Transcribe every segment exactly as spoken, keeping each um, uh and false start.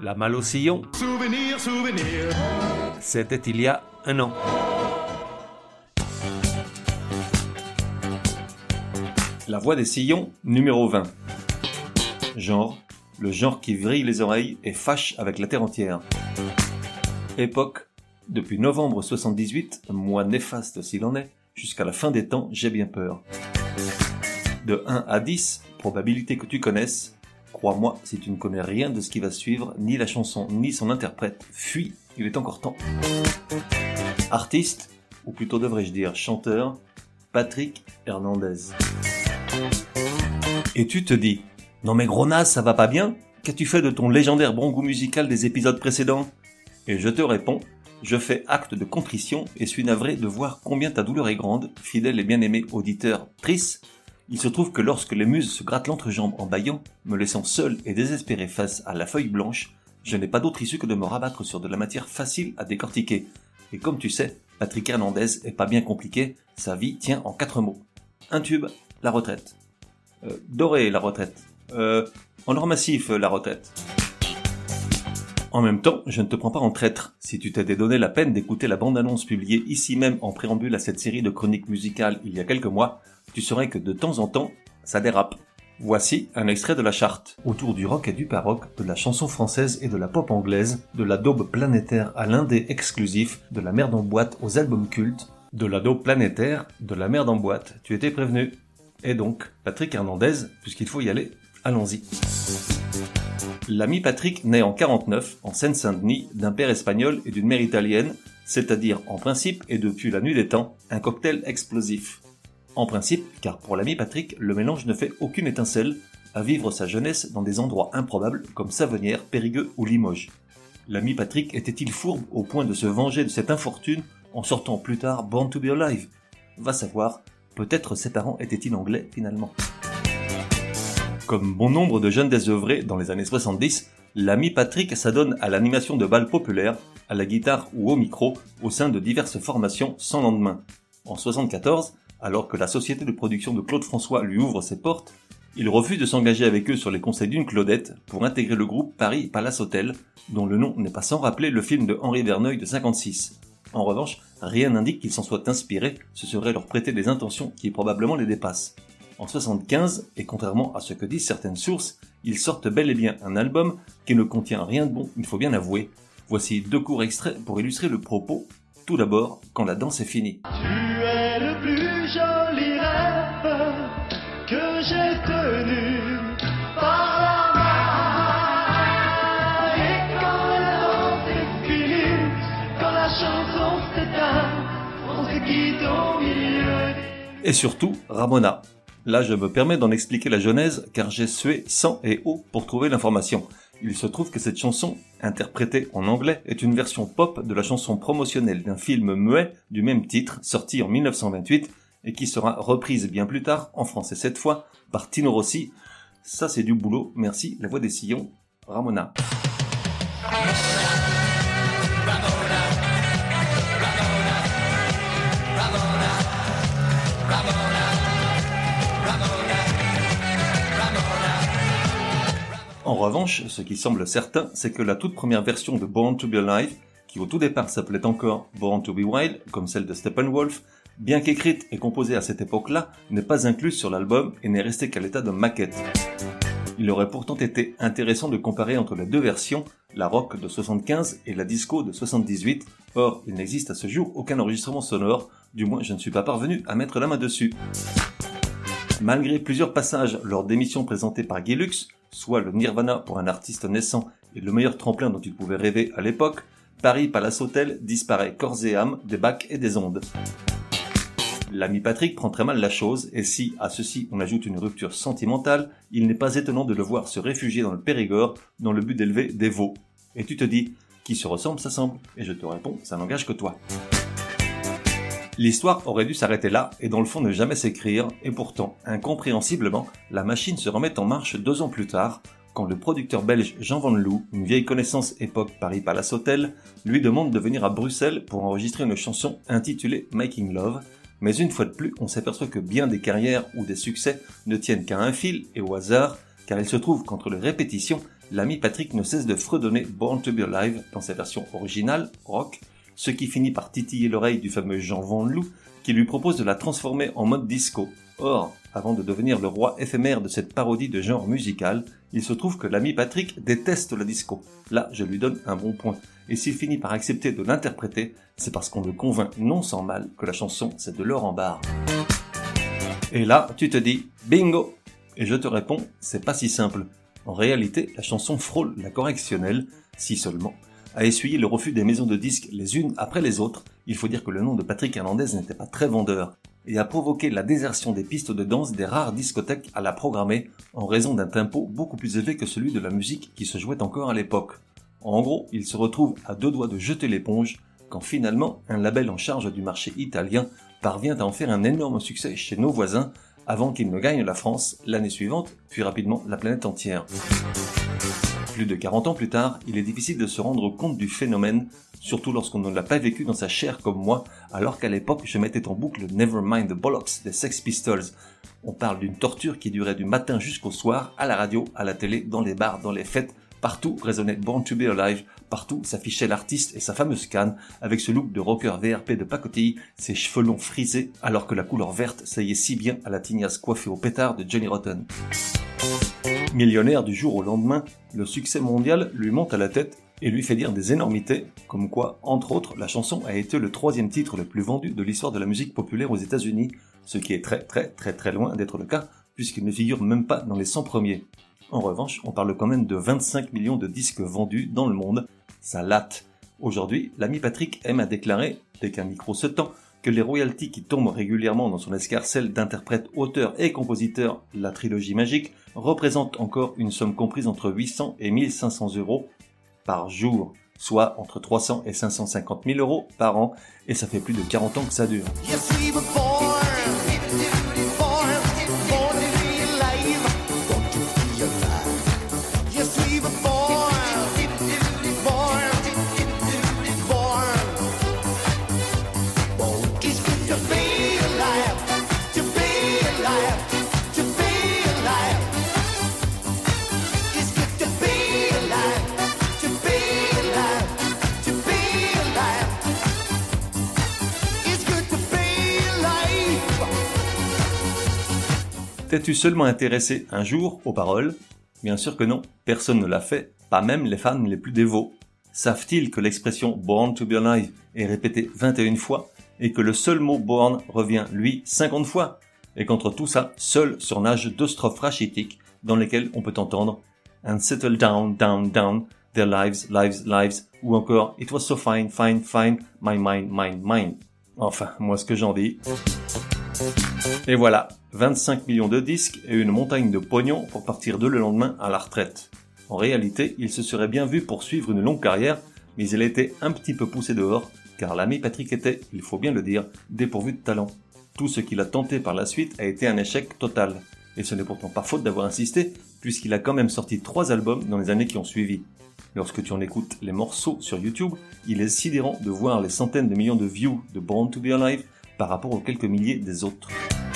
La malle au sillon. Souvenir, souvenir. C'était il y a un an. La voix des sillons, numéro vingt. Genre, le genre qui vrille les oreilles et fâche avec la terre entière. Époque, depuis novembre soixante-dix-huit, mois néfaste s'il en est, jusqu'à la fin des temps, j'ai bien peur. De un à dix, probabilité que tu connaisses. Crois-moi, si tu ne connais rien de ce qui va suivre, ni la chanson, ni son interprète, fuis, il est encore temps. Artiste, ou plutôt devrais-je dire chanteur, Patrick Hernandez. Et tu te dis, non mais gros naze, ça va pas bien? Qu'as-tu fait de ton légendaire bon goût musical des épisodes précédents? Et je te réponds, je fais acte de contrition et suis navré de voir combien ta douleur est grande, fidèle et bien-aimé auditeur Trice. Il se trouve que lorsque les muses se grattent l'entrejambe en bâillant, me laissant seul et désespéré face à la feuille blanche, je n'ai pas d'autre issue que de me rabattre sur de la matière facile à décortiquer. Et comme tu sais, Patrick Hernandez est pas bien compliqué, sa vie tient en quatre mots. Un tube, la retraite. Euh, doré, la retraite. Euh, en or massif, la retraite. En même temps, je ne te prends pas en traître. Si tu t'étais donné la peine d'écouter la bande-annonce publiée ici même en préambule à cette série de chroniques musicales il y a quelques mois, tu saurais que de temps en temps, ça dérape. Voici un extrait de la charte. Autour du rock et du paroque, de la chanson française et de la pop anglaise, de la daube planétaire à l'indé exclusif, de la merde en boîte aux albums cultes, de la daube planétaire, de la merde en boîte, tu étais prévenu. Et donc, Patrick Hernandez, puisqu'il faut y aller, allons-y. L'ami Patrick naît en quarante-neuf, en Seine-Saint-Denis, d'un père espagnol et d'une mère italienne, c'est-à-dire en principe et depuis la nuit des temps, un cocktail explosif. En principe, car pour l'ami Patrick, le mélange ne fait aucune étincelle, à vivre sa jeunesse dans des endroits improbables comme Savenières, Périgueux ou Limoges. L'ami Patrick était-il fourbe au point de se venger de cette infortune en sortant plus tard Born to be Alive? Va savoir, peut-être ses parents étaient-ils anglais finalement. Comme bon nombre de jeunes désœuvrés dans les années soixante-dix, l'ami Patrick s'adonne à l'animation de bals populaires, à la guitare ou au micro, au sein de diverses formations sans lendemain. En soixante-quatorze, alors que la société de production de Claude François lui ouvre ses portes, il refuse de s'engager avec eux sur les conseils d'une Claudette pour intégrer le groupe Paris Palace Hotel, dont le nom n'est pas sans rappeler le film de Henri Verneuil de cinquante-six. En revanche, rien n'indique qu'ils s'en soient inspirés, ce serait leur prêter des intentions qui probablement les dépassent. En soixante-quinze, et contrairement à ce que disent certaines sources, ils sortent bel et bien un album qui ne contient rien de bon, il faut bien avouer. Voici deux courts extraits pour illustrer le propos. Tout d'abord, quand la danse est finie. Tu es le plus joli rêve que j'ai tenu par la main. Et quand la danse est finie, quand la chanson s'éteint, on se quitte au milieu. Et surtout, Ramona. Là, je me permets d'en expliquer la genèse car j'ai sué sang et eau pour trouver l'information. Il se trouve que cette chanson, interprétée en anglais, est une version pop de la chanson promotionnelle d'un film muet du même titre, sorti en mille neuf cent vingt-huit, et qui sera reprise bien plus tard, en français cette fois, par Tino Rossi. Ça c'est du boulot, merci, la voix des sillons, Ramona. En revanche, ce qui semble certain, c'est que la toute première version de Born to be Alive, qui au tout départ s'appelait encore Born to be Wild, comme celle de Steppenwolf, bien qu'écrite et composée à cette époque-là, n'est pas incluse sur l'album et n'est restée qu'à l'état de maquette. Il aurait pourtant été intéressant de comparer entre les deux versions, la rock de soixante-quinze et la disco de soixante-dix-huit, or il n'existe à ce jour aucun enregistrement sonore, du moins je ne suis pas parvenu à mettre la main dessus. Malgré plusieurs passages lors d'émissions présentées par Guy Lux, soit le Nirvana pour un artiste naissant et le meilleur tremplin dont il pouvait rêver à l'époque, Paris Palace Hotel disparaît corps et âme des bacs et des ondes. L'ami Patrick prend très mal la chose, et si, à ceci, on ajoute une rupture sentimentale, il n'est pas étonnant de le voir se réfugier dans le Périgord dans le but d'élever des veaux. Et tu te dis, qui se ressemble s'assemble, et je te réponds, ça n'engage que toi. L'histoire aurait dû s'arrêter là et dans le fond ne jamais s'écrire, et pourtant, incompréhensiblement, la machine se remet en marche deux ans plus tard, quand le producteur belge Jean Van Loo, une vieille connaissance époque Paris Palace Hotel, lui demande de venir à Bruxelles pour enregistrer une chanson intitulée Making Love, mais une fois de plus, on s'aperçoit que bien des carrières ou des succès ne tiennent qu'à un fil et au hasard, car il se trouve qu'entre les répétitions, l'ami Patrick ne cesse de fredonner Born to be Alive dans sa version originale, rock, ce qui finit par titiller l'oreille du fameux Jean Van Loo, qui lui propose de la transformer en mode disco. Or, avant de devenir le roi éphémère de cette parodie de genre musical, il se trouve que l'ami Patrick déteste la disco. Là, je lui donne un bon point. Et s'il finit par accepter de l'interpréter, c'est parce qu'on le convainc non sans mal que la chanson c'est de l'or en barre. Et là, tu te dis « bingo !» Et je te réponds, c'est pas si simple. En réalité, la chanson frôle la correctionnelle, si seulement, a essuyé le refus des maisons de disques les unes après les autres. Il faut dire que le nom de Patrick Hernandez n'était pas très vendeur, et a provoqué la désertion des pistes de danse des rares discothèques à la programmer en raison d'un tempo beaucoup plus élevé que celui de la musique qui se jouait encore à l'époque. En gros, il se retrouve à deux doigts de jeter l'éponge quand finalement un label en charge du marché italien parvient à en faire un énorme succès chez nos voisins avant qu'il ne gagne la France l'année suivante, puis rapidement la planète entière. Plus de quarante ans plus tard, il est difficile de se rendre compte du phénomène, surtout lorsqu'on ne l'a pas vécu dans sa chair comme moi, alors qu'à l'époque je mettais en boucle Nevermind the Bollocks des Sex Pistols. On parle d'une torture qui durait du matin jusqu'au soir, à la radio, à la télé, dans les bars, dans les fêtes, partout résonnait Born to be Alive, partout s'affichait l'artiste et sa fameuse canne, avec ce look de rocker V R P de pacotille, ses cheveux longs frisés, alors que la couleur verte saillait si bien à la tignasse coiffée au pétard de Johnny Rotten. Millionnaire du jour au lendemain, le succès mondial lui monte à la tête et lui fait dire des énormités, comme quoi, entre autres, la chanson a été le troisième titre le plus vendu de l'histoire de la musique populaire aux États-Unis, ce qui est très très très très loin d'être le cas, puisqu'il ne figure même pas dans les cent premiers. En revanche, on parle quand même de vingt-cinq millions de disques vendus dans le monde, ça latte. Aujourd'hui, l'ami Patrick aime à déclarer, dès qu'un micro se tend, que les royalties qui tombent régulièrement dans son escarcelle d'interprètes, auteurs et compositeurs, la trilogie magique, représentent encore une somme comprise entre huit cents et mille cinq cents euros par jour, soit entre trois cents et cinq cent cinquante mille euros par an, et ça fait plus de quarante ans que ça dure. Yes, we were born, born, born to be alive, born to be alive. Yes, we were born, born, born, born. It's good to be alive, to be alive, to be alive. It's good to be alive, to be alive, to be alive. It's good to be alive. T'es-tu seulement intéressé un jour aux paroles ? Bien sûr que non, personne ne l'a fait, pas même les fans les plus dévots. Savent-ils que l'expression « Born to be alive » est répétée vingt et une fois, et que le seul mot « born » revient, lui, cinquante fois, et qu'entre tout ça, seul surnagent deux strophes rachitiques dans lesquelles on peut entendre « And settle down, down, down, their lives, lives, lives » ou encore « It was so fine, fine, fine, my mind, mind, mind ». Enfin, moi ce que j'en dis... Et voilà, vingt-cinq millions de disques et une montagne de pognon pour partir de le lendemain à la retraite. En réalité, il se serait bien vu poursuivre une longue carrière, mais il a été un petit peu poussé dehors, car l'ami Patrick était, il faut bien le dire, dépourvu de talent. Tout ce qu'il a tenté par la suite a été un échec total. Et ce n'est pourtant pas faute d'avoir insisté, puisqu'il a quand même sorti trois albums dans les années qui ont suivi. Lorsque tu en écoutes les morceaux sur YouTube, il est sidérant de voir les centaines de millions de views de Born to be Alive par rapport aux quelques milliers des autres.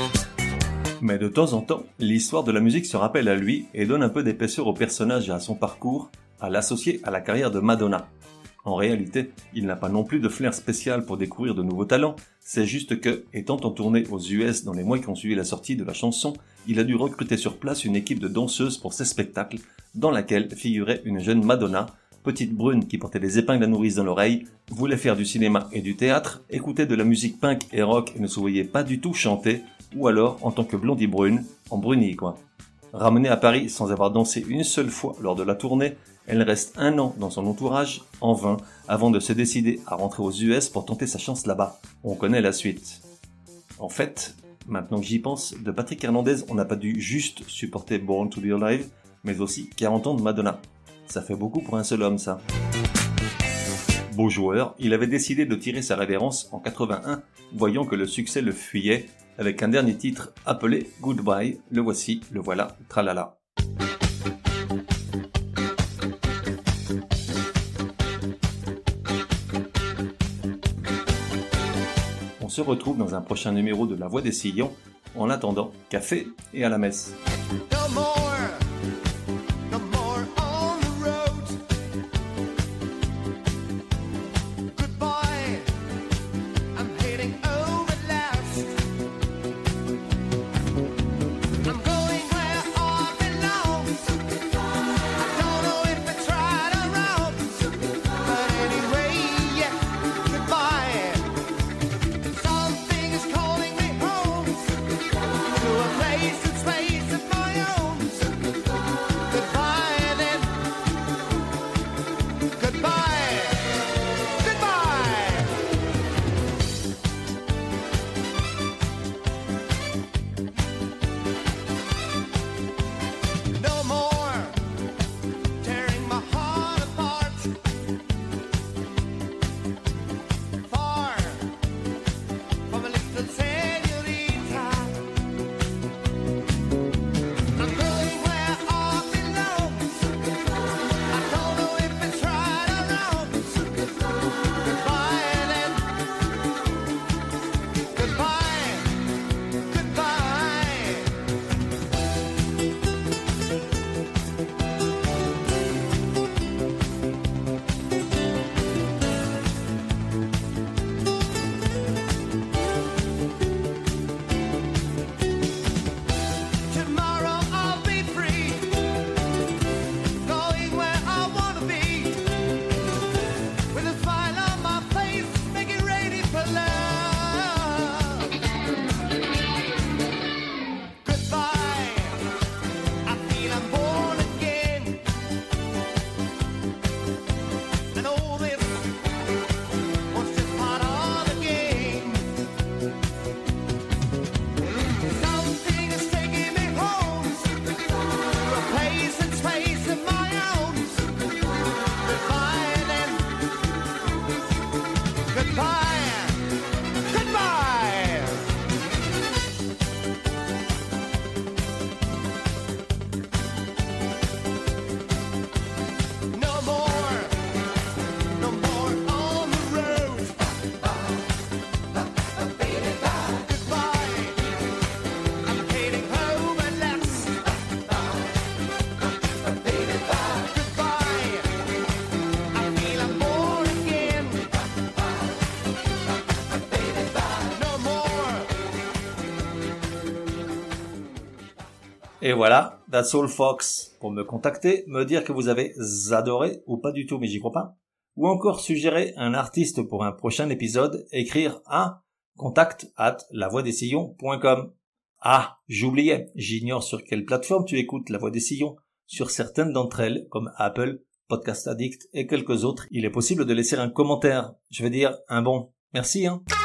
Mais de temps en temps, l'histoire de la musique se rappelle à lui et donne un peu d'épaisseur au personnage et à son parcours, à l'associer à la carrière de Madonna. En réalité, il n'a pas non plus de flair spécial pour découvrir de nouveaux talents, c'est juste que, étant en tournée aux U S dans les mois qui ont suivi la sortie de la chanson, il a dû recruter sur place une équipe de danseuses pour ses spectacles, dans laquelle figurait une jeune Madonna, petite brune qui portait des épingles à nourrice dans l'oreille, voulait faire du cinéma et du théâtre, écoutait de la musique punk et rock et ne se voyait pas du tout chanter, ou alors en tant que blondie brune, en bruni quoi. Ramenée à Paris sans avoir dansé une seule fois lors de la tournée, elle reste un an dans son entourage, en vain, avant de se décider à rentrer aux U S pour tenter sa chance là-bas. On connaît la suite. En fait, maintenant que j'y pense, de Patrick Hernandez, on n'a pas dû juste supporter Born to be Alive, mais aussi quarante ans de Madonna. Ça fait beaucoup pour un seul homme, ça. Beau joueur, il avait décidé de tirer sa révérence en quatre-vingt-un, voyant que le succès le fuyait, avec un dernier titre appelé Goodbye, le voici, le voilà, tralala. On se retrouve dans un prochain numéro de La Voix des Sillons. En attendant, café et à la messe. No more, no more on Et voilà, that's all folks. Pour me contacter, me dire que vous avez adoré ou pas du tout, mais j'y crois pas, ou encore suggérer un artiste pour un prochain épisode, écrire à contact at lavoixdesillons point com. Ah, j'oubliais, j'ignore sur quelle plateforme tu écoutes La Voix des Sillons. Sur certaines d'entre elles, comme Apple, Podcast Addict et quelques autres, il est possible de laisser un commentaire. Je veux dire, un bon. Merci, hein.